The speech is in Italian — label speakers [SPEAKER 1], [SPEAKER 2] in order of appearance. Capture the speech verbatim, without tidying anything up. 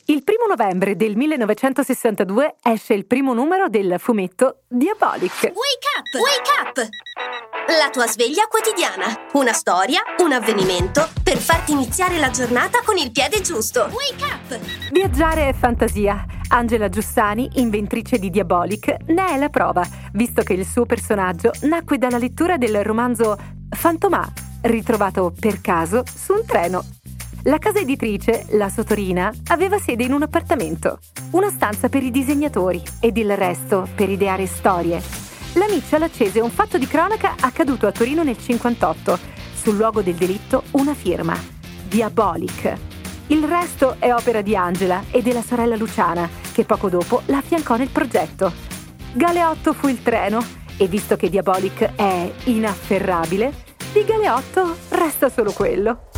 [SPEAKER 1] Il primo novembre del millenovecentosessantadue esce il primo numero del fumetto Diabolik.
[SPEAKER 2] Wake up! Wake up! La tua sveglia quotidiana. Una storia, un avvenimento per farti iniziare la giornata con il piede giusto. Wake up!
[SPEAKER 1] Viaggiare è fantasia. Angela Giussani, inventrice di Diabolik, ne è la prova, visto che il suo personaggio nacque dalla lettura del romanzo Fantomà, ritrovato per caso su un treno. La casa editrice, la Sotorina, aveva sede in un appartamento, una stanza per i disegnatori ed il resto per ideare storie. La Mitchell accese un fatto di cronaca accaduto a Torino nel cinquantotto. Sul luogo del delitto una firma: Diabolik. Il resto è opera di Angela e della sorella Luciana, che poco dopo la affiancò nel progetto. Galeotto fu il treno e visto che Diabolik è inafferrabile, di Galeotto resta solo quello.